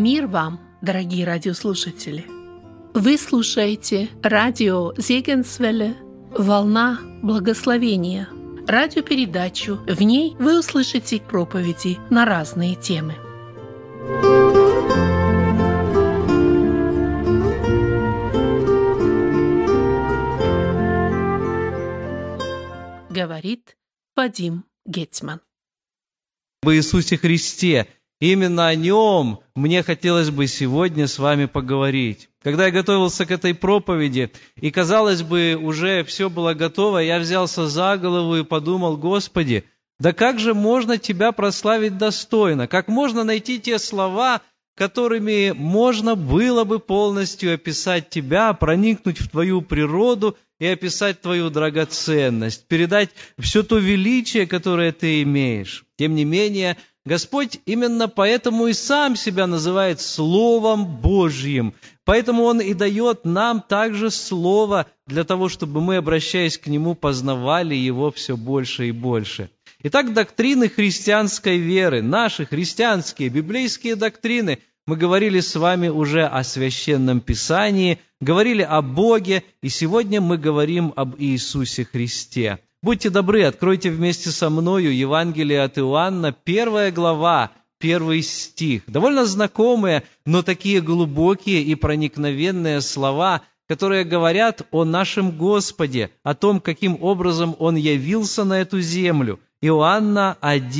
Мир вам, дорогие радиослушатели! Вы слушаете радио Зегенсвелле «Волна благословения», радиопередачу. В ней вы услышите проповеди на разные темы. Говорит Вадим Гетцман. Об Иисусе Христе. Именно о Нем мне хотелось бы сегодня с вами поговорить. Когда я готовился к этой проповеди, и, казалось бы, уже все было готово, я взялся за голову и подумал: Господи, да как же можно Тебя прославить достойно? Как можно найти те слова, которыми можно было бы полностью описать Тебя, проникнуть в Твою природу и описать Твою драгоценность, передать все то величие, которое Ты имеешь? Тем не менее, Господь именно поэтому и сам себя называет Словом Божьим. Поэтому Он и дает нам также Слово для того, чтобы мы, обращаясь к Нему, познавали Его все больше и больше. Итак, доктрины христианской веры, наши христианские, библейские доктрины, мы говорили с вами уже о Священном Писании, говорили о Боге, и сегодня мы говорим об Иисусе Христе. Будьте добры, откройте вместе со мною Евангелие от Иоанна, 1 глава, 1 стих. Довольно знакомые, но такие глубокие и проникновенные слова, которые говорят о нашем Господе, о том, каким образом Он явился на эту землю. Иоанна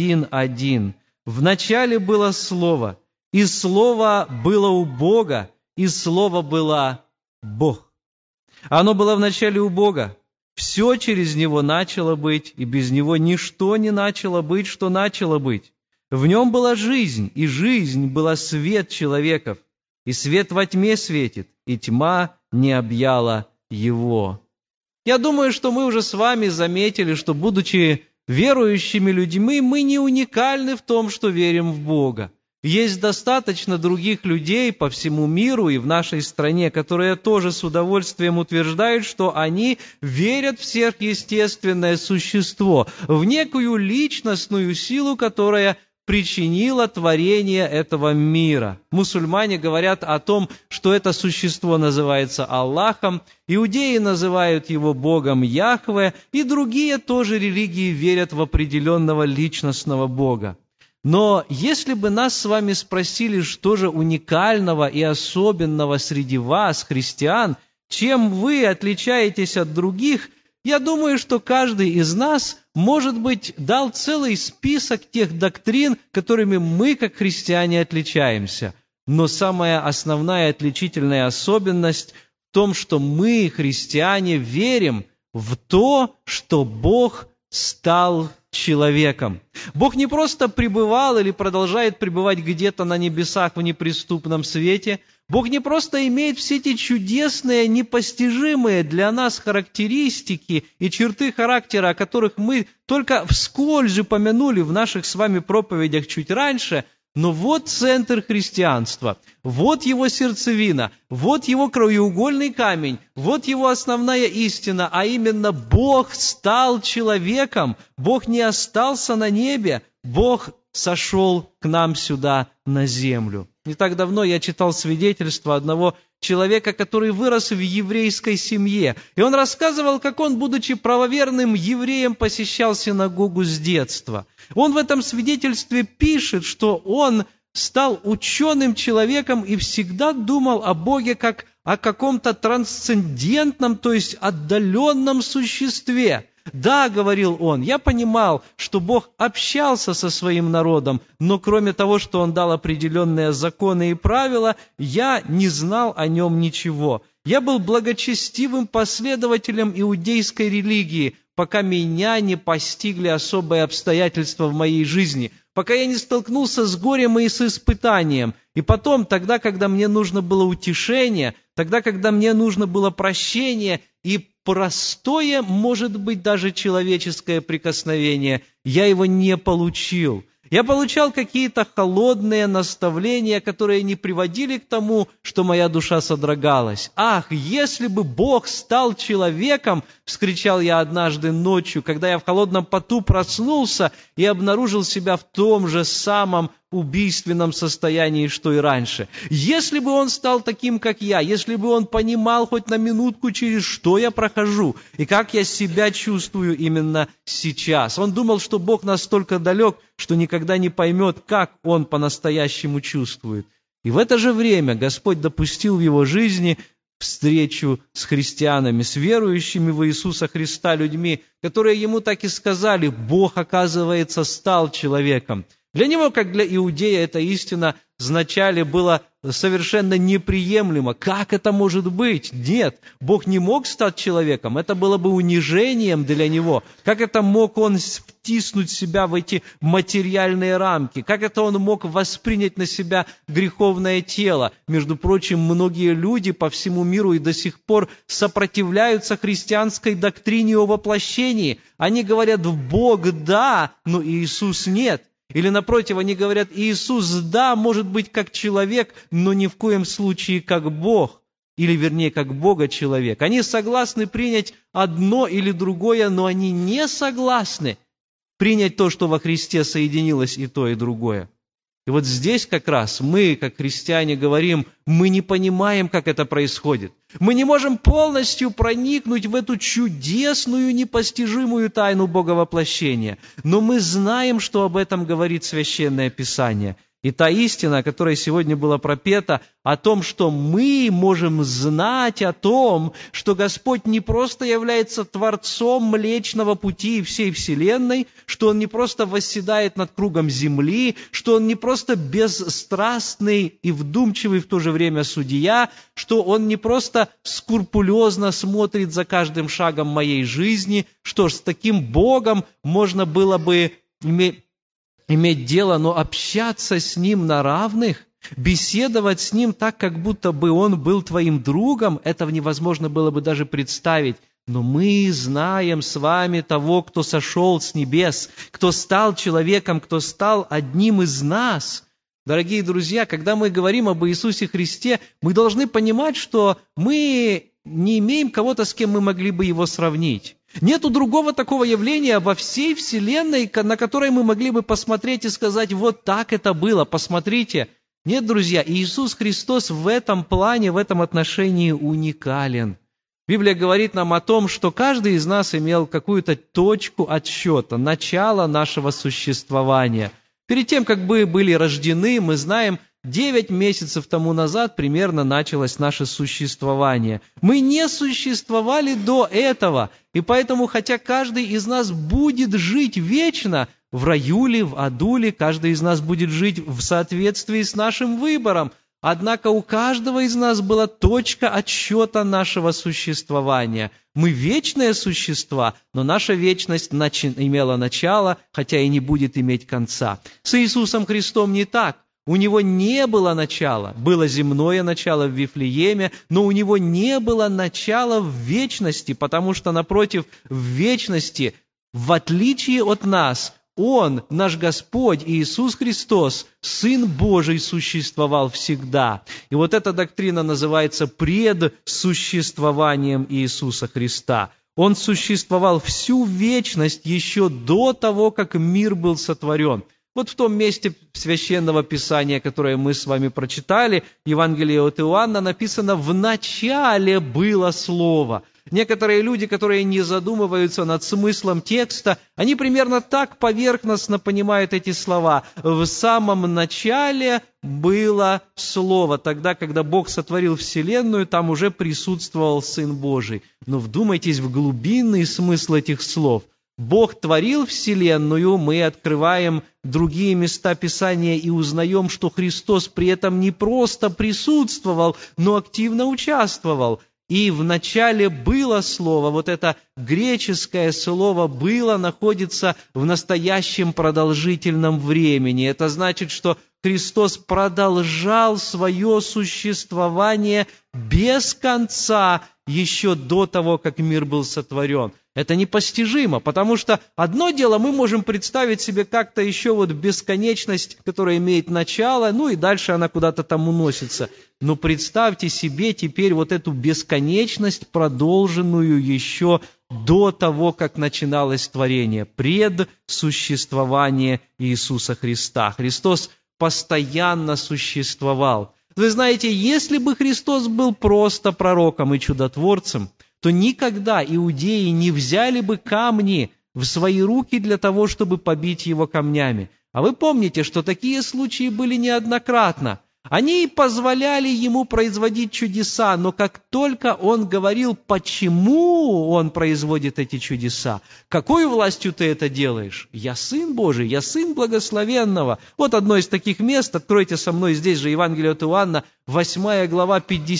1:1. «Вначале было Слово, и Слово было у Бога, и Слово было Бог. Оно было вначале у Бога. Все через Него начало быть, и без Него ничто не начало быть, что начало быть. В Нем была жизнь, и жизнь была свет человеков. И свет во тьме светит, и тьма не объяла Его». Я думаю, что мы уже с вами заметили, что, будучи верующими людьми, мы не уникальны в том, что верим в Бога. Есть достаточно других людей по всему миру и в нашей стране, которые тоже с удовольствием утверждают, что они верят в сверхъестественное существо, в некую личностную силу, которая причинила творение этого мира. Мусульмане говорят о том, что это существо называется Аллахом, иудеи называют его Богом Яхве, и другие тоже религии верят в определенного личностного Бога. Но если бы нас с вами спросили, что же уникального и особенного среди вас, христиан, чем вы отличаетесь от других, я думаю, что каждый из нас, может быть, дал целый список тех доктрин, которыми мы, как христиане, отличаемся. Но самая основная отличительная особенность в том, что мы, христиане, верим в то, что Бог стал человеком. Бог не просто пребывал или продолжает пребывать где-то на небесах в неприступном свете. Бог не просто имеет все эти чудесные, непостижимые для нас характеристики и черты характера, о которых мы только вскользь упомянули в наших с вами проповедях чуть раньше, но вот центр христианства, вот его сердцевина, вот его краеугольный камень, вот его основная истина, а именно Бог стал человеком, Бог не остался на небе, Бог сошел к нам сюда на землю. Не так давно я читал свидетельство одного человека, который вырос в еврейской семье. И он рассказывал, как он, будучи правоверным евреем, посещал синагогу с детства. Он в этом свидетельстве пишет, что он стал ученым человеком и всегда думал о Боге как о каком-то трансцендентном, то есть отдаленном существе. «Да, — говорил он, — я понимал, что Бог общался со своим народом, но кроме того, что Он дал определенные законы и правила, я не знал о Нем ничего. Я был благочестивым последователем иудейской религии, пока меня не постигли особые обстоятельства в моей жизни, пока я не столкнулся с горем и с испытанием. И потом, тогда, когда мне нужно было утешение, тогда, когда мне нужно было прощение и простое, может быть, даже человеческое прикосновение, я его не получил. Я получал какие-то холодные наставления, которые не приводили к тому, что моя душа содрогалась. «Ах, если бы Бог стал человеком!» — вскричал я однажды ночью, когда я в холодном поту проснулся и обнаружил себя в том же самом убийственном состоянии, что и раньше. Если бы он стал таким, как я, если бы он понимал хоть на минутку, через что я прохожу и как я себя чувствую именно сейчас. Он думал, что Бог настолько далек, что никогда не поймет, как он по-настоящему чувствует. И в это же время Господь допустил в его жизни встречу с христианами, с верующими в Иисуса Христа людьми, которые ему так и сказали: Бог, оказывается, стал человеком. Для него, как для иудея, эта истина вначале была совершенно неприемлема. Как это может быть? Нет, Бог не мог стать человеком. Это было бы унижением для него. Как это мог он втиснуть себя в эти материальные рамки? Как это он мог воспринять на себя греховное тело? Между прочим, многие люди по всему миру и до сих пор сопротивляются христианской доктрине о воплощении. Они говорят: Бог да, но Иисус нет. Или, напротив, они говорят: Иисус, да, может быть, как человек, но ни в коем случае как Бог, или, вернее, как Бога-человек. Они согласны принять одно или другое, но они не согласны принять то, что во Христе соединилось и то, и другое. И вот здесь как раз мы, как христиане, говорим: мы не понимаем, как это происходит. Мы не можем полностью проникнуть в эту чудесную, непостижимую тайну Боговоплощения. Но мы знаем, что об этом говорит Священное Писание. И та истина, о которой сегодня было пропето, о том, что мы можем знать о том, что Господь не просто является Творцом Млечного Пути и всей Вселенной, что Он не просто восседает над кругом земли, что Он не просто бесстрастный и вдумчивый в то же время судья, что Он не просто скрупулезно смотрит за каждым шагом моей жизни, что ж, с таким Богом можно было бы иметь дело, но общаться с Ним на равных, беседовать с Ним так, как будто бы Он был твоим другом, этого невозможно было бы даже представить. Но мы знаем с вами того, кто сошел с небес, кто стал человеком, кто стал одним из нас. Дорогие друзья, когда мы говорим об Иисусе Христе, мы должны понимать, что мы не имеем кого-то, с кем мы могли бы Его сравнить. Нету другого такого явления во всей Вселенной, на которое мы могли бы посмотреть и сказать: вот так это было, посмотрите. Нет, друзья, Иисус Христос в этом плане, в этом отношении уникален. Библия говорит нам о том, что каждый из нас имел какую-то точку отсчета, начало нашего существования. Перед тем, как мы были рождены, мы знаем, 9 месяцев тому назад примерно началось наше существование. Мы не существовали до этого, и поэтому, хотя каждый из нас будет жить вечно, в раю ли, в аду ли, каждый из нас будет жить в соответствии с нашим выбором. Однако у каждого из нас была точка отсчета нашего существования. Мы вечные существа, но наша вечность имела начало, хотя и не будет иметь конца. С Иисусом Христом не так. У Него не было начала. Было земное начало в Вифлееме, но у Него не было начала в вечности, потому что, напротив, в вечности, в отличие от нас, Он, наш Господь Иисус Христос, Сын Божий, существовал всегда. И вот эта доктрина называется предсуществованием Иисуса Христа. Он существовал всю вечность еще до того, как мир был сотворен. Вот в том месте Священного Писания, которое мы с вами прочитали, Евангелие от Иоанна, написано: «В начале было Слово». Некоторые люди, которые не задумываются над смыслом текста, они примерно так поверхностно понимают эти слова. В самом начале было Слово. Тогда, когда Бог сотворил Вселенную, там уже присутствовал Сын Божий. Но вдумайтесь в глубинный смысл этих слов. Бог творил Вселенную, мы открываем другие места Писания и узнаем, что Христос при этом не просто присутствовал, но активно участвовал. И в начале было Слово, вот это греческое слово «было» находится в настоящем продолжительном времени. Это значит, что Христос продолжал свое существование без конца еще до того, как мир был сотворен. Это непостижимо, потому что одно дело мы можем представить себе как-то еще вот бесконечность, которая имеет начало, ну и дальше она куда-то там уносится. Но представьте себе теперь вот эту бесконечность, продолженную еще до того, как начиналось творение, предсуществование Иисуса Христа. Христос постоянно существовал. Вы знаете, если бы Христос был просто пророком и чудотворцем, то никогда иудеи не взяли бы камни в свои руки для того, чтобы побить его камнями. А вы помните, что такие случаи были неоднократно. Они позволяли ему производить чудеса, но как только он говорил, почему он производит эти чудеса, какой властью ты это делаешь? Я Сын Божий, я Сын Благословенного. Вот одно из таких мест, откройте со мной здесь же Евангелие от Иоанна, 8 глава,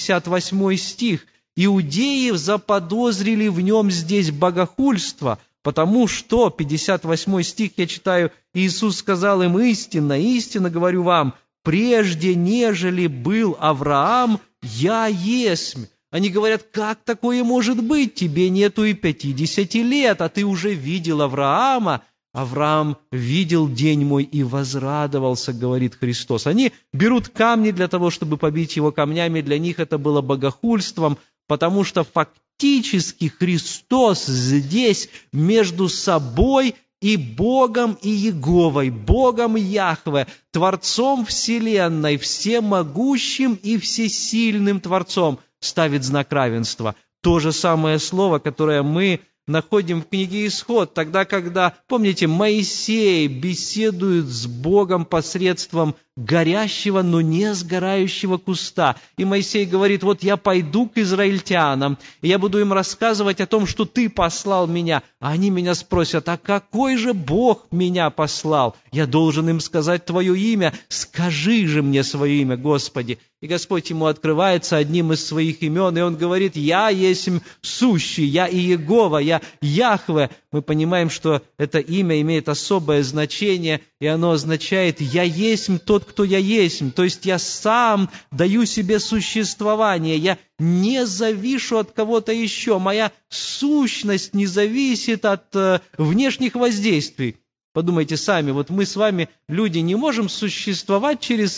58 стих. Иудеи заподозрили в нем здесь богохульство, потому что, 58 стих я читаю, Иисус сказал им: «Истинно, истинно говорю вам, прежде нежели был Авраам, я есмь». Они говорят: как такое может быть? Тебе нету и 50 лет, а ты уже видел Авраама. Авраам видел день мой и возрадовался, говорит Христос. Они берут камни для того, чтобы побить его камнями. Для них это было богохульством, потому что фактически Христос здесь между собой и Богом и Иеговой, Богом Яхве, Творцом Вселенной, всемогущим и всесильным Творцом, ставит знак равенства. То же самое слово, которое мы находим в книге Исход, тогда, когда, помните, Моисей беседует с Богом посредством горящего, но не сгорающего куста. И Моисей говорит: вот я пойду к израильтянам, и я буду им рассказывать о том, что ты послал меня. А они меня спросят: а какой же Бог меня послал? Я должен им сказать твое имя. Скажи же мне свое имя, Господи. И Господь ему открывается одним из своих имен, и он говорит: я есть сущий, я Иегова, я Яхве. Мы понимаем, что это имя имеет особое значение, и оно означает: я есть тот, кто я есть. То есть я сам даю себе существование, я не завишу от кого-то еще, моя сущность не зависит от внешних воздействий. Подумайте сами, вот мы с вами, люди, не можем существовать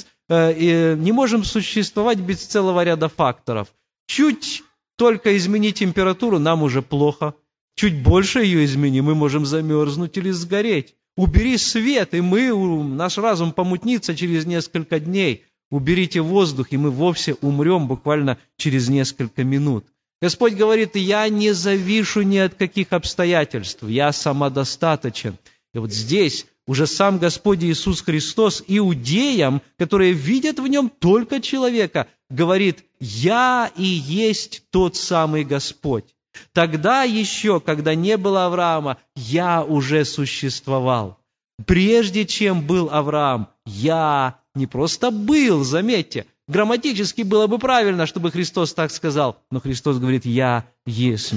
не можем существовать без целого ряда факторов. Чуть только измени температуру, нам уже плохо. Чуть больше ее измени, мы можем замерзнуть или сгореть. Убери свет, и наш разум помутнится через несколько дней. Уберите воздух, и мы вовсе умрем буквально через несколько минут. Господь говорит: я не завишу ни от каких обстоятельств, я самодостаточен. И вот здесь уже сам Господь Иисус Христос иудеям, которые видят в нем только человека, говорит: я и есть тот самый Господь. Тогда еще, когда не было Авраама, я уже существовал. Прежде чем был Авраам, я не просто был, заметьте, грамматически было бы правильно, чтобы Христос так сказал, но Христос говорит: я есть.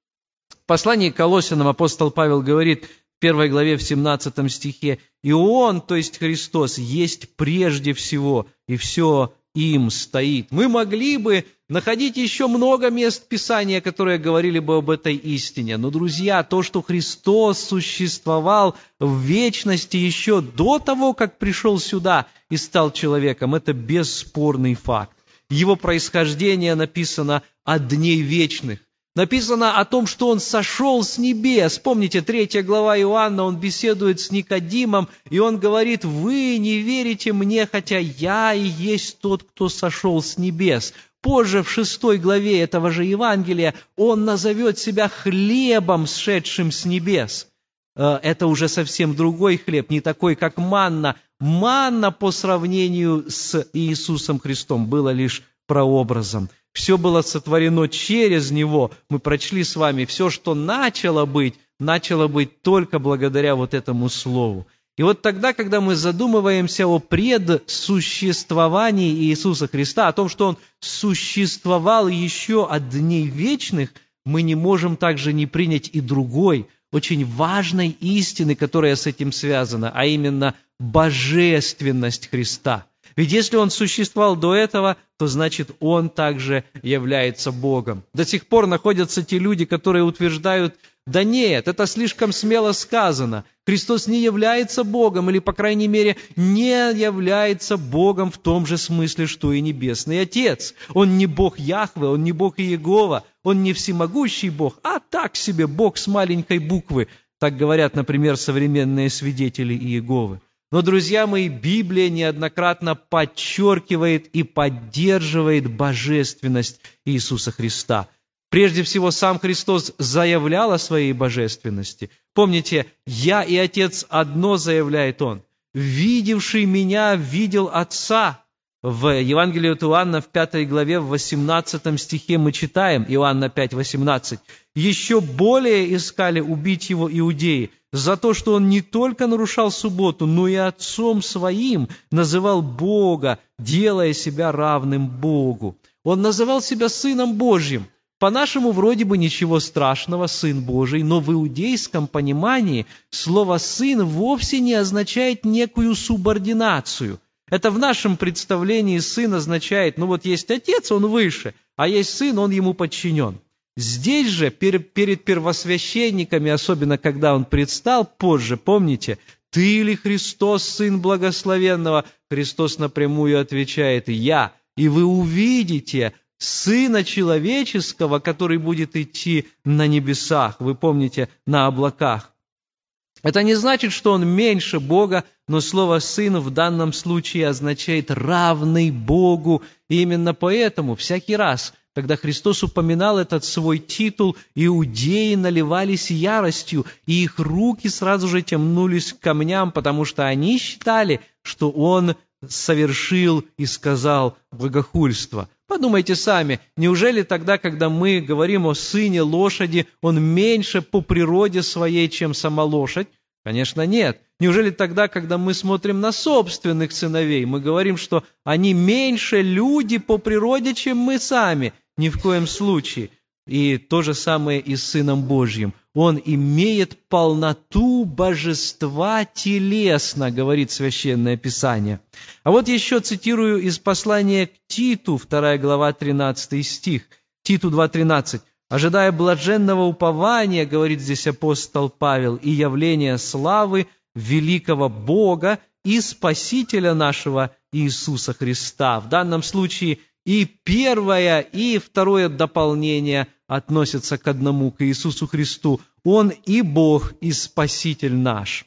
В послании к Колоссянам апостол Павел говорит в 1 главе, в 17 стихе: «И Он, то есть Христос, есть прежде всего, и все им стоит». Мы могли бы находить еще много мест Писания, которые говорили бы об этой истине. Но, друзья, то, что Христос существовал в вечности еще до того, как пришел сюда и стал человеком, это бесспорный факт. Его происхождение написано от дней вечных. Написано о том, что Он сошел с небес. Помните, 3 глава Иоанна, Он беседует с Никодимом, и Он говорит: «Вы не верите мне, хотя я и есть тот, кто сошел с небес». Позже, в 6 главе этого же Евангелия, Он назовет себя хлебом, сшедшим с небес. Это уже совсем другой хлеб, не такой, как манна. Манна по сравнению с Иисусом Христом была лишь прообразом. Все было сотворено через Него. Мы прочли с вами, все, что начало быть только благодаря вот этому Слову. И вот тогда, когда мы задумываемся о предсуществовании Иисуса Христа, о том, что Он существовал еще от дней вечных, мы не можем также не принять и другой, очень важной истины, которая с этим связана, а именно божественность Христа. Ведь если Он существовал до этого, то значит Он также является Богом. До сих пор находятся те люди, которые утверждают: да нет, это слишком смело сказано. Христос не является Богом, или, по крайней мере, не является Богом в том же смысле, что и Небесный Отец. Он не Бог Яхве, Он не Бог Иегова, Он не всемогущий Бог, а так себе Бог с маленькой буквы. Так говорят, например, современные свидетели Иеговы. Но, друзья мои, Библия неоднократно подчеркивает и поддерживает божественность Иисуса Христа. Прежде всего, сам Христос заявлял о своей божественности. Помните, «Я и Отец одно», заявляет Он. «Видевший Меня видел Отца». В Евангелии от Иоанна в 5 главе, в 18 стихе мы читаем, Иоанна 5:18, «Еще более искали убить Его иудеи, за то, что Он не только нарушал субботу, но и Отцом Своим называл Бога, делая себя равным Богу». Он называл себя Сыном Божьим. По-нашему, вроде бы ничего страшного, Сын Божий, но в иудейском понимании слово «сын» вовсе не означает некую субординацию. Это в нашем представлении сын означает, есть отец, он выше, а есть сын, он ему подчинен. Здесь же, перед первосвященниками, особенно когда он предстал позже, помните, «Ты ли Христос, Сын Благословенного?» Христос напрямую отвечает: «Я, и вы увидите Сына Человеческого, который будет идти на небесах». Вы помните, на облаках. Это не значит, что он меньше Бога, но слово «сын» в данном случае означает «равный Богу». И именно поэтому всякий раз, когда Христос упоминал этот свой титул, иудеи наливались яростью, и их руки сразу же тянулись к камням, потому что они считали, что он совершил и сказал богохульство. Подумайте сами, неужели тогда, когда мы говорим о сыне лошади, он меньше по природе своей, чем сама лошадь? Конечно, нет. Неужели тогда, когда мы смотрим на собственных сыновей, мы говорим, что они меньше люди по природе, чем мы сами? Ни в коем случае. И то же самое и с Сыном Божьим. Он имеет полноту божества телесно, говорит Священное Писание. А вот еще цитирую из послания к Титу, 2 глава, 13 стих. Титу 2:13. «Ожидая блаженного упования, говорит здесь апостол Павел, и явления славы великого Бога и Спасителя нашего Иисуса Христа». В данном случае и первое, и второе дополнение относятся к одному, к Иисусу Христу. Он и Бог, и Спаситель наш.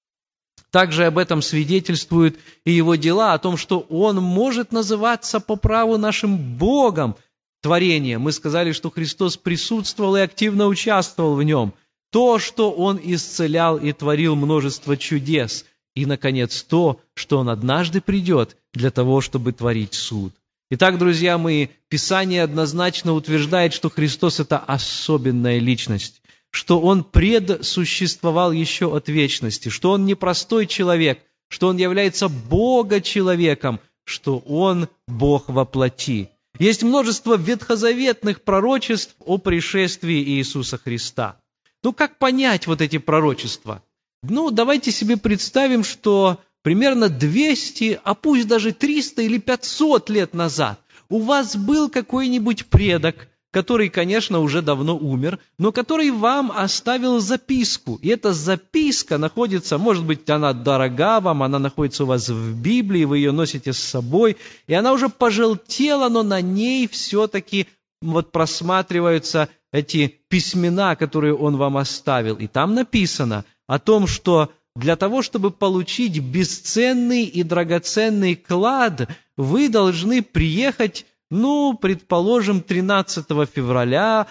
Также об этом свидетельствуют и Его дела, о том, что Он может называться по праву нашим Богом творения. Мы сказали, что Христос присутствовал и активно участвовал в нем. То, что Он исцелял и творил множество чудес. И, наконец, то, что Он однажды придет для того, чтобы творить суд. Итак, друзья мои, Писание однозначно утверждает, что Христос – это особенная личность, что Он предсуществовал еще от вечности, что Он не простой человек, что Он является Бога-человеком, что Он Бог во плоти. Есть множество ветхозаветных пророчеств о пришествии Иисуса Христа. Как понять вот эти пророчества? Давайте себе представим, что примерно 200, а пусть даже 300 или 500 лет назад у вас был какой-нибудь предок, который, конечно, уже давно умер, но который вам оставил записку. И эта записка находится, может быть, она дорога вам, она находится у вас в Библии, вы ее носите с собой, и она уже пожелтела, но на ней все-таки просматриваются эти письмена, которые он вам оставил. И там написано о том, что для того, чтобы получить бесценный и драгоценный клад, вы должны приехать, предположим, 13 февраля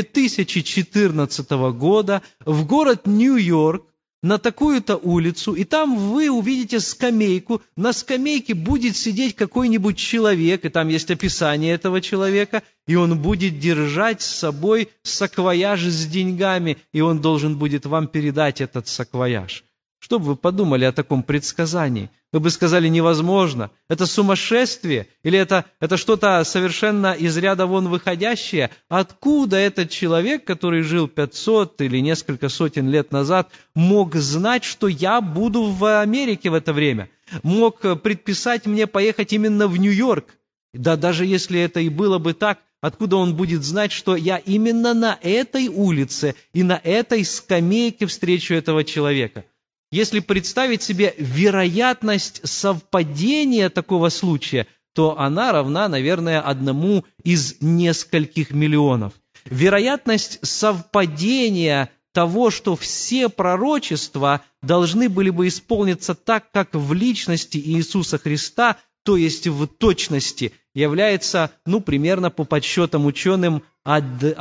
2014 года в город Нью-Йорк, на такую-то улицу, и там вы увидите скамейку, на скамейке будет сидеть какой-нибудь человек, и там есть описание этого человека, и он будет держать с собой саквояж с деньгами, и он должен будет вам передать этот саквояж. Что бы вы подумали о таком предсказании? Вы бы сказали: невозможно, это сумасшествие, или это что-то совершенно из ряда вон выходящее. Откуда этот человек, который жил 500 или несколько сотен лет назад, мог знать, что я буду в Америке в это время? Мог предписать мне поехать именно в Нью-Йорк? Да даже если это и было бы так, откуда он будет знать, что я именно на этой улице и на этой скамейке встречу этого человека? Если представить себе вероятность совпадения такого случая, то она равна, наверное, одному из нескольких миллионов. Вероятность совпадения того, что все пророчества должны были бы исполниться так, как в личности Иисуса Христа, то есть в точности, является, примерно по подсчетам ученым, 1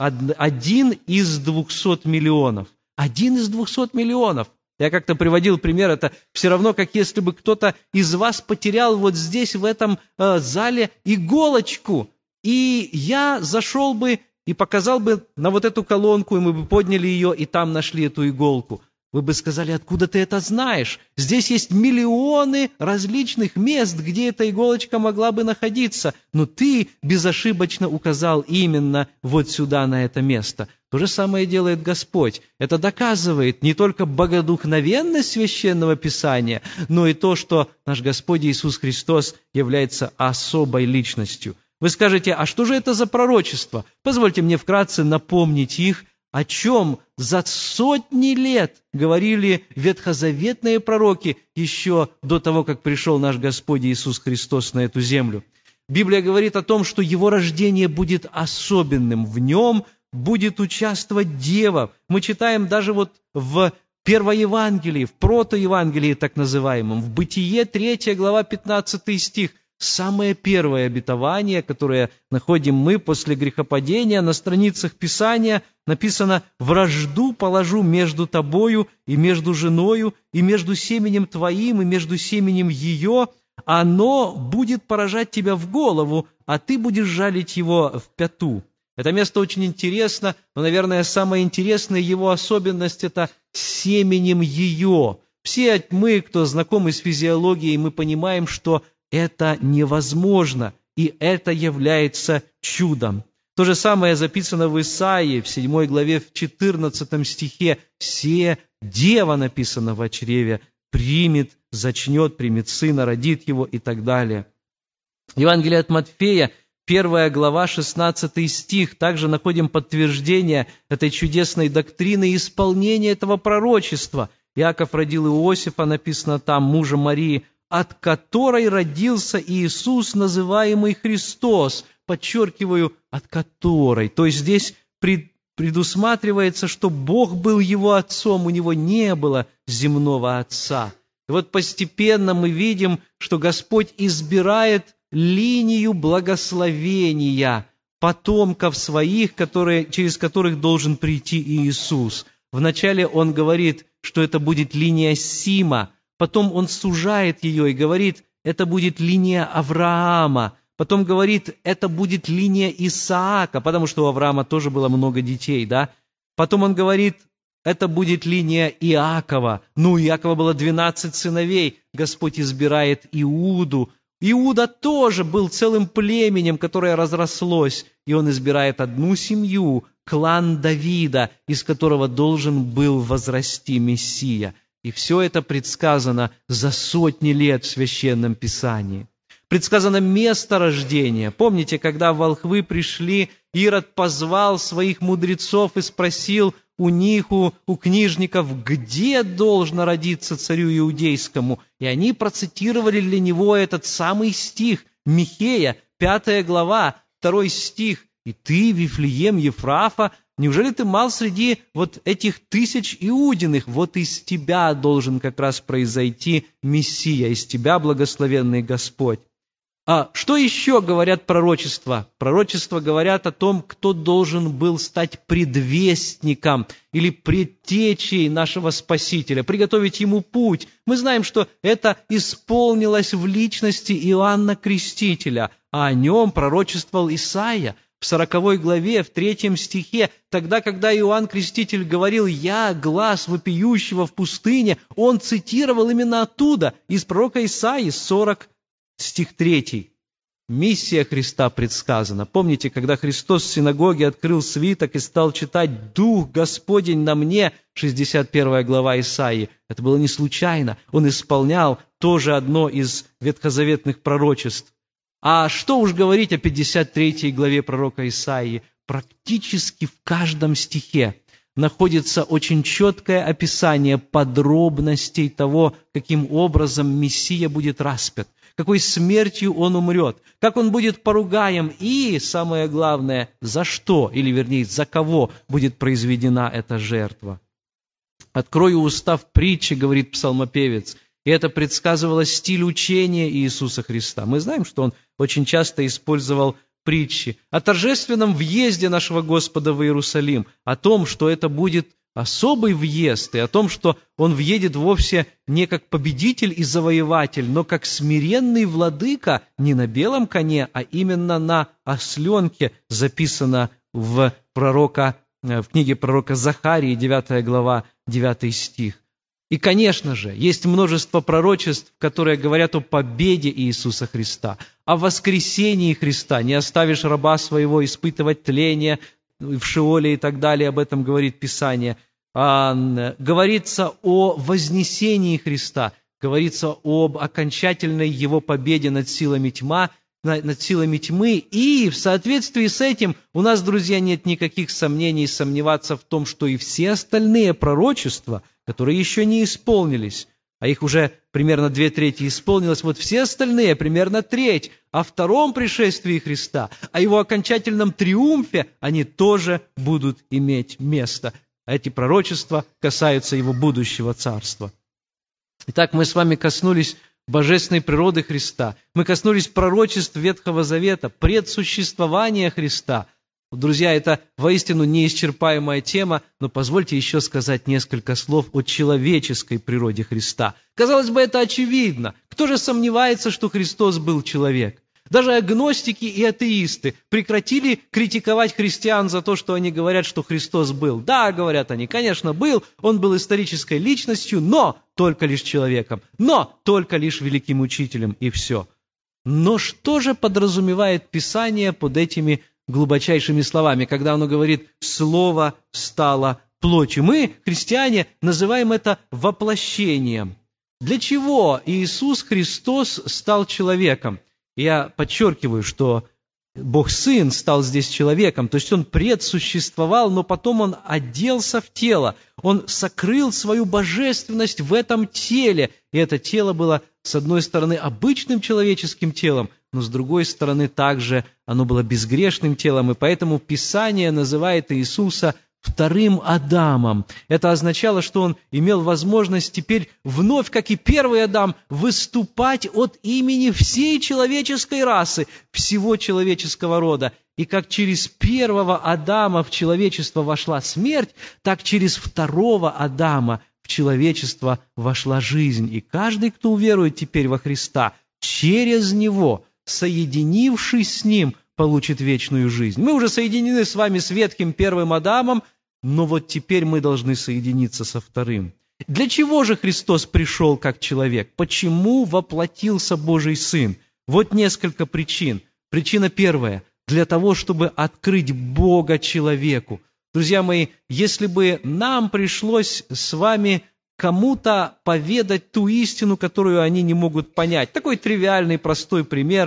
из 200 миллионов. 1 из 200 миллионов. Я как-то приводил пример, это все равно, как если бы кто-то из вас потерял вот здесь, в этом зале, иголочку, и я зашел бы и показал бы на вот эту колонку, и мы бы подняли ее, и там нашли эту иголку. Вы бы сказали, откуда ты это знаешь? Здесь есть миллионы различных мест, где эта иголочка могла бы находиться, но ты безошибочно указал именно вот сюда, на это место. То же самое делает Господь. Это доказывает не только богодухновенность Священного Писания, но и то, что наш Господь Иисус Христос является особой личностью. Вы скажете, а что же это за пророчество? Позвольте мне вкратце напомнить их, о чем за сотни лет говорили ветхозаветные пророки еще до того, как пришел наш Господь Иисус Христос на эту землю. Библия говорит о том, что Его рождение будет особенным, в Нем будет участвовать Дева. Мы читаем даже вот в Первоевангелии, в протоевангелии так называемом, в Бытие 3 глава 15 стих, самое первое обетование, которое находим мы после грехопадения, на страницах Писания написано: «Вражду положу между тобою и между женою, и между семенем твоим, и между семенем ее. Оно будет поражать тебя в голову, а ты будешь жалить его в пяту». Это место очень интересно, но, наверное, самая интересная его особенность – это семенем ее. Все мы, кто знакомы с физиологией, мы понимаем, что это невозможно, и это является чудом. То же самое записано в Исаии, в 7 главе, в 14 стихе. «Се дева» написано в чреве, примет, зачнет, примет сына, родит его и так далее. Евангелие от Матфея, 1 глава, 16 стих. Также находим подтверждение этой чудесной доктрины и исполнения этого пророчества. Иаков родил Иосифа, написано там, мужа Марии, от которой родился Иисус, называемый Христос. Подчеркиваю, от которой. То есть здесь предусматривается, что Бог был его отцом, у него не было земного отца. И вот постепенно мы видим, что Господь избирает линию благословения потомков своих, через которых должен прийти Иисус. Вначале Он говорит, что это будет линия Сима, потом Он сужает ее и говорит, это будет линия Авраама, потом говорит, это будет линия Исаака, потому что у Авраама тоже было много детей, да? Потом Он говорит, это будет линия Иакова. У Иакова было 12 сыновей, Господь избирает Иуду. Иуда тоже был целым племенем, которое разрослось, и он избирает одну семью, клан Давида, из которого должен был возрасти Мессия. И все это предсказано за сотни лет в Священном Писании. Предсказано место рождения. Помните, когда волхвы пришли, Ирод позвал своих мудрецов и спросил у них, у книжников, где должно родиться царю иудейскому. И они процитировали для него этот самый стих, Михея, 5 глава, 2 стих. «И ты, Вифлеем Ефрафа, неужели ты мал среди вот этих тысяч иудиных? Вот из тебя должен как раз произойти Мессия, из тебя благословенный Господь». А что еще говорят пророчества? Пророчества говорят о том, кто должен был стать предвестником или предтечей нашего Спасителя, приготовить ему путь. Мы знаем, что это исполнилось в личности Иоанна Крестителя, а о нем пророчествовал Исаия. В 40 главе, в 3 стихе, тогда, когда Иоанн Креститель говорил «Я глас вопиющего в пустыне», он цитировал именно оттуда, из пророка Исаии, 40 стих 3. Миссия Христа предсказана. Помните, когда Христос в синагоге открыл свиток и стал читать «Дух Господень на мне», 61 глава Исаии, это было не случайно. Он исполнял тоже одно из ветхозаветных пророчеств. А что уж говорить о 53 главе пророка Исаии? Практически в каждом стихе находится очень четкое описание подробностей того, каким образом Мессия будет распят, какой смертью Он умрет, как Он будет поругаем и, самое главное, за что, или вернее, за кого будет произведена эта жертва. «Открою уста в притче», — говорит псалмопевец, и это предсказывало стиль учения Иисуса Христа. Мы знаем, что Он очень часто использовал притчи о торжественном въезде нашего Господа в Иерусалим, о том, что это будет особый въезд, и о том, что Он въедет вовсе не как победитель и завоеватель, но как смиренный владыка не на белом коне, а именно на осленке, записано в книге пророка Захарии, 9 глава, 9 стих. И, конечно же, есть множество пророчеств, которые говорят о победе Иисуса Христа, о воскресении Христа. «Не оставишь раба своего испытывать тление в Шеоле» и так далее, об этом говорит Писание. Говорится о вознесении Христа, говорится об окончательной Его победе над силами тьмы, и в соответствии с этим у нас, друзья, нет никаких сомнений сомневаться в том, что и все остальные пророчества, которые еще не исполнились, а их уже примерно 2/3 исполнилось, вот все остальные, примерно треть, о втором пришествии Христа, о Его окончательном триумфе, они тоже будут иметь место. Эти пророчества касаются Его будущего царства. Итак, мы с вами коснулись божественной природы Христа. Мы коснулись пророчеств Ветхого Завета, предсуществования Христа. Друзья, это воистину неисчерпаемая тема, но позвольте еще сказать несколько слов о человеческой природе Христа. Казалось бы, это очевидно. Кто же сомневается, что Христос был человек? Даже агностики и атеисты прекратили критиковать христиан за то, что они говорят, что Христос был. Да, говорят они, конечно, был, Он был исторической личностью, но только лишь человеком, но только лишь великим учителем, и все. Но что же подразумевает Писание под этими глубочайшими словами, когда оно говорит «Слово стало плотью»? Мы, христиане, называем это воплощением. Для чего Иисус Христос стал человеком? Я подчеркиваю, что Бог Сын стал здесь человеком, то есть Он предсуществовал, но потом Он оделся в тело, Он сокрыл свою божественность в этом теле, и это тело было, с одной стороны, обычным человеческим телом, но с другой стороны, также оно было безгрешным телом, и поэтому Писание называет Иисуса вторым Адамом. Это означало, что Он имел возможность теперь вновь, как и первый Адам, выступать от имени всей человеческой расы, всего человеческого рода. И как через первого Адама в человечество вошла смерть, так через второго Адама в человечество вошла жизнь. И каждый, кто уверует теперь во Христа, через Него, соединившись с Ним, получит вечную жизнь. Мы уже соединены с вами с ветхим первым Адамом, но вот теперь мы должны соединиться со вторым. Для чего же Христос пришел как человек? Почему воплотился Божий Сын? Вот несколько причин. Причина первая – для того, чтобы открыть Бога человеку. Друзья мои, если бы нам пришлось с вами кому-то поведать ту истину, которую они не могут понять. Такой тривиальный, простой пример.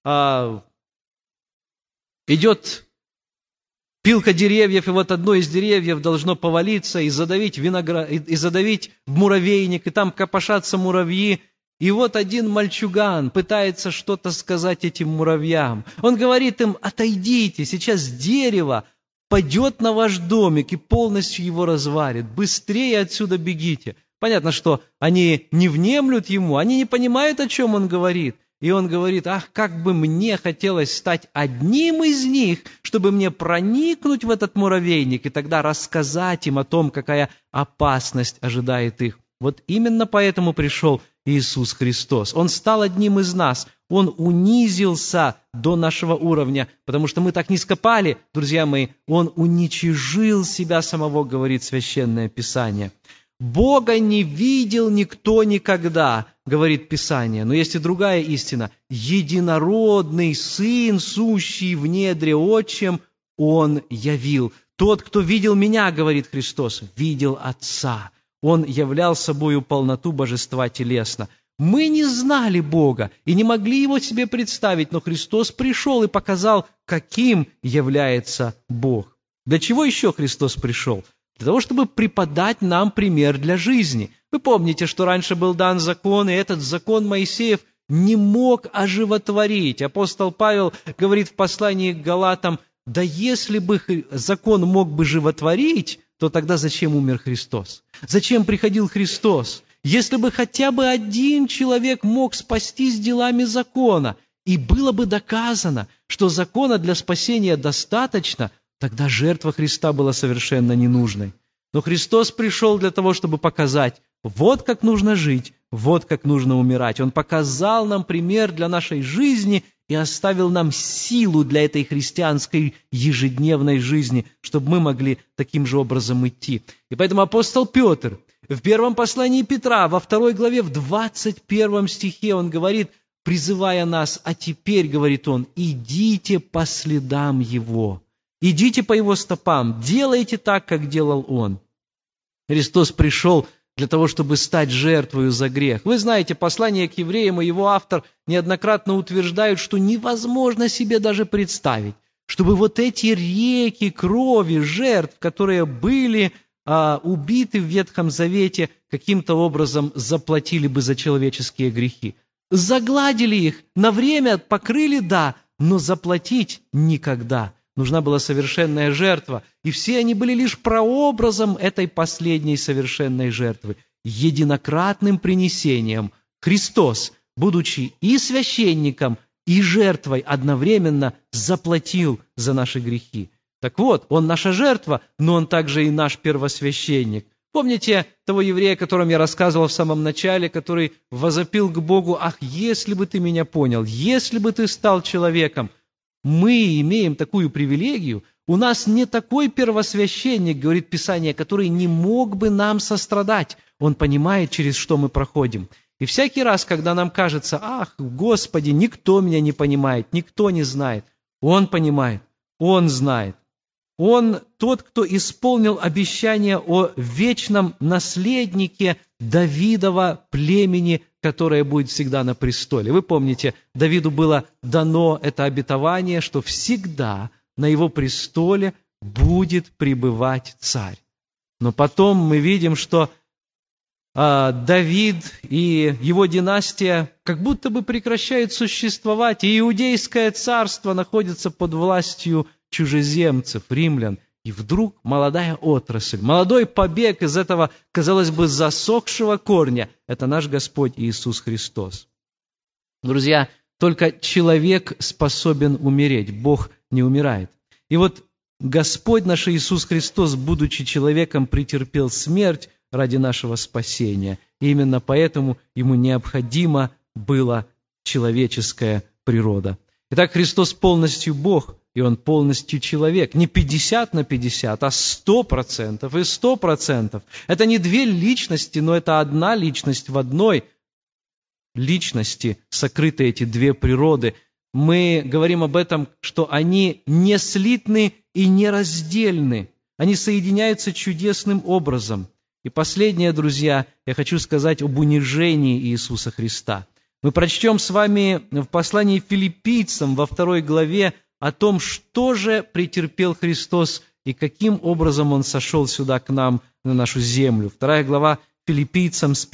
Идет пилка деревьев, и вот одно из деревьев должно повалиться и задавить и задавить муравейник, и там копошатся муравьи. И вот один мальчуган пытается что-то сказать этим муравьям. Он говорит им: отойдите, сейчас дерево падет на ваш домик и полностью его развалит. Быстрее отсюда бегите. Понятно, что они не внемлют ему, они не понимают, о чем он говорит. И он говорит: ах, как бы мне хотелось стать одним из них, чтобы мне проникнуть в этот муравейник и тогда рассказать им о том, какая опасность ожидает их. Вот именно поэтому пришел Иисус Христос. Он стал одним из нас. Он унизился до нашего уровня, потому что мы так низко пали, друзья мои. Он уничижил себя самого, говорит Священное Писание. Бога не видел никто никогда, говорит Писание. Но есть и другая истина. Единородный Сын, сущий в недре Отчем, Он явил. Тот, кто видел Меня, говорит Христос, видел Отца. Он являл собою полноту божества телесно. Мы не знали Бога и не могли Его себе представить, но Христос пришел и показал, каким является Бог. Для чего еще Христос пришел? для того, чтобы преподать нам пример для жизни. Вы помните, что раньше был дан закон, и этот закон Моисеев не мог оживотворить. Апостол Павел говорит в послании к Галатам: да если бы закон мог бы животворить, то тогда зачем умер Христос? Зачем приходил Христос? Если бы хотя бы один человек мог спастись делами закона, и было бы доказано, что закона для спасения достаточно, тогда жертва Христа была совершенно ненужной. Но Христос пришел для того, чтобы показать, вот как нужно жить, вот как нужно умирать. Он показал нам пример для нашей жизни и оставил нам силу для этой христианской ежедневной жизни, чтобы мы могли таким же образом идти. И поэтому апостол Петр в первом послании Петра, во 2 главе, в 21 стихе, он говорит, призывая нас: «А теперь, — говорит он, — идите по следам Его». Идите по Его стопам, делайте так, как делал Он. Христос пришел для того, чтобы стать жертвою за грех. Вы знаете, послание к евреям и его автор неоднократно утверждают, что невозможно себе даже представить, чтобы вот эти реки крови, жертв, которые были убиты в Ветхом Завете, каким-то образом заплатили бы за человеческие грехи. Загладили их, на время покрыли, да, но заплатить никогда. Нужна была совершенная жертва, и все они были лишь прообразом этой последней совершенной жертвы. Единократным принесением Христос, будучи и священником, и жертвой, одновременно заплатил за наши грехи. Так вот, Он наша жертва, но Он также и наш первосвященник. Помните того еврея, о котором я рассказывал в самом начале, который возопил к Богу: «Ах, если бы ты меня понял, если бы ты стал человеком!» Мы имеем такую привилегию, у нас не такой первосвященник, говорит Писание, который не мог бы нам сострадать. Он понимает, через что мы проходим. И всякий раз, когда нам кажется: «Ах, Господи, никто меня не понимает, никто не знает», Он понимает, Он знает. Он тот, кто исполнил обещание о вечном наследнике Давидова племени, которое будет всегда на престоле. Вы помните, Давиду было дано это обетование, что всегда на его престоле будет пребывать царь. Но потом мы видим, что Давид и его династия как будто бы прекращают существовать, и Иудейское царство находится под властью чужеземцев, римлян. И вдруг молодая отрасль, молодой побег из этого, казалось бы, засохшего корня – это наш Господь Иисус Христос. Друзья, только человек способен умереть, Бог не умирает. И вот Господь наш Иисус Христос, будучи человеком, претерпел смерть ради нашего спасения. И именно поэтому Ему необходима была человеческая природа. Итак, Христос полностью Бог, и Он полностью человек. Не 50/50, а 100% и 100%. Это не две личности, но это одна личность в одной личности, сокрыты эти две природы. Мы говорим об этом, что они не слитны и нераздельны. Они соединяются чудесным образом. И последнее, друзья, я хочу сказать об унижении Иисуса Христа. Мы прочтем с вами в послании Филиппийцам во 2 главе о том, что же претерпел Христос и каким образом Он сошел сюда к нам, на нашу землю. 2 глава Филиппийцам с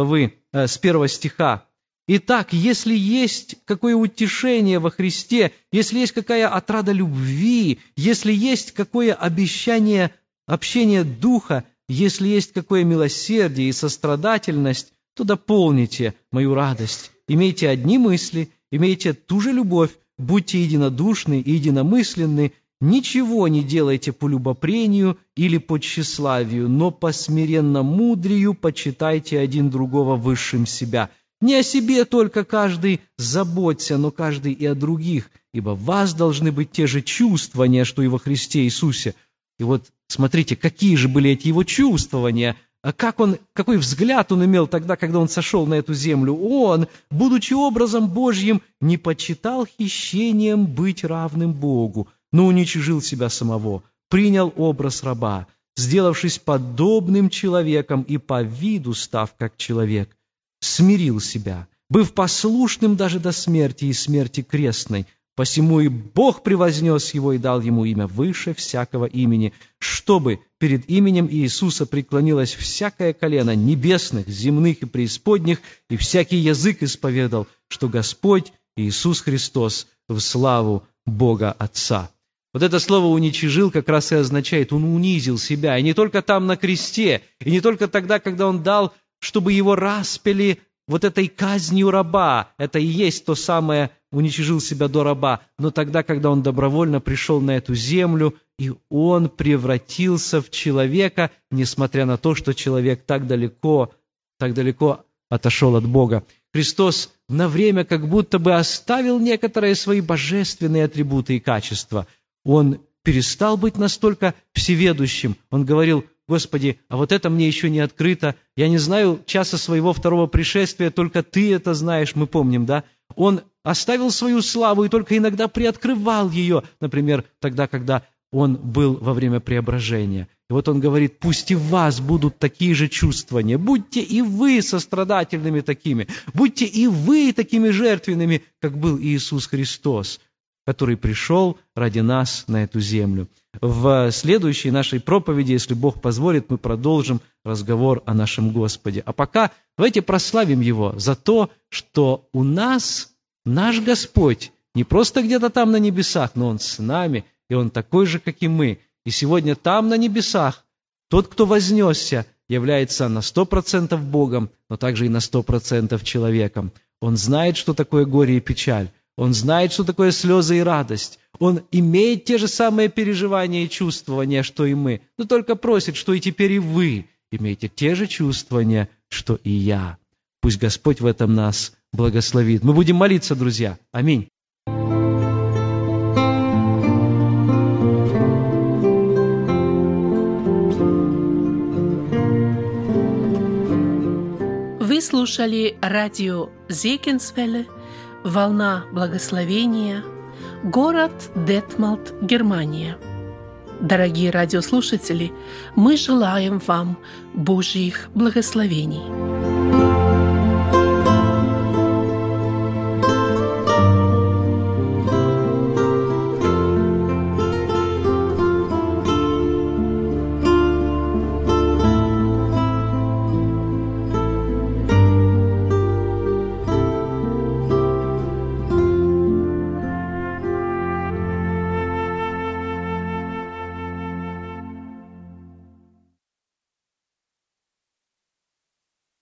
1 стиха. «Итак, если есть какое утешение во Христе, если есть какая отрада любви, если есть какое общение Духа, если есть какое милосердие и сострадательность, то дополните мою радость. Имейте одни мысли, имейте ту же любовь, будьте единодушны и единомысленны, ничего не делайте по любопрению или по тщеславию, но по смиренно-мудрию почитайте один другого высшим себя. Не о себе только каждый заботься, но каждый и о других, ибо в вас должны быть те же чувствования, что и во Христе Иисусе». И вот смотрите, какие же были эти Его чувствования, какой взгляд Он имел тогда, когда Он сошел на эту землю. Он, будучи образом Божьим, не почитал хищением быть равным Богу, но уничижил себя самого, принял образ раба, сделавшись подобным человеком и по виду став как человек, смирил себя, быв послушным даже до смерти и смерти крестной, Посему и Бог превознес его и дал ему имя выше всякого имени, чтобы перед именем Иисуса преклонилось всякое колено небесных, земных и преисподних, и всякий язык исповедал, что Господь Иисус Христос в славу Бога Отца». Вот это слово «уничижил» как раз и означает, Он унизил себя. И не только там на кресте, и не только тогда, когда Он дал, чтобы Его распяли вот этой казнью раба. Это и есть то самое «уничижил себя до раба». Но тогда, когда Он добровольно пришел на эту землю, и Он превратился в человека, несмотря на то, что человек так далеко отошел от Бога. Христос на время как будто бы оставил некоторые свои божественные атрибуты и качества. Он перестал быть настолько всеведущим. Он говорил: «Господи, а вот это мне еще не открыто. Я не знаю часа своего второго пришествия, только Ты это знаешь». Мы помним, да? Он оставил свою славу и только иногда приоткрывал ее, например, тогда, когда Он был во время преображения. И вот Он говорит: «Пусть и в вас будут такие же чувствования. Будьте и вы сострадательными такими. Будьте и вы такими жертвенными, как был Иисус Христос, который пришел ради нас на эту землю». В следующей нашей проповеди, если Бог позволит, мы продолжим разговор о нашем Господе. А пока давайте прославим Его за то, что у нас наш Господь не просто где-то там на небесах, но Он с нами, и Он такой же, как и мы. И сегодня там на небесах тот, кто вознесся, является на 100% Богом, но также и на 100% человеком. Он знает, что такое горе и печаль. Он знает, что такое слезы и радость. Он имеет те же самые переживания и чувствования, что и мы, но только просит, что и теперь и вы имеете те же чувствования, что и я. Пусть Господь в этом нас благословит. Мы будем молиться, друзья. Аминь. Вы слушали радио Зегенсвелле, «Волна благословения», город Детмалт, Германия. Дорогие радиослушатели, мы желаем вам Божьих благословений.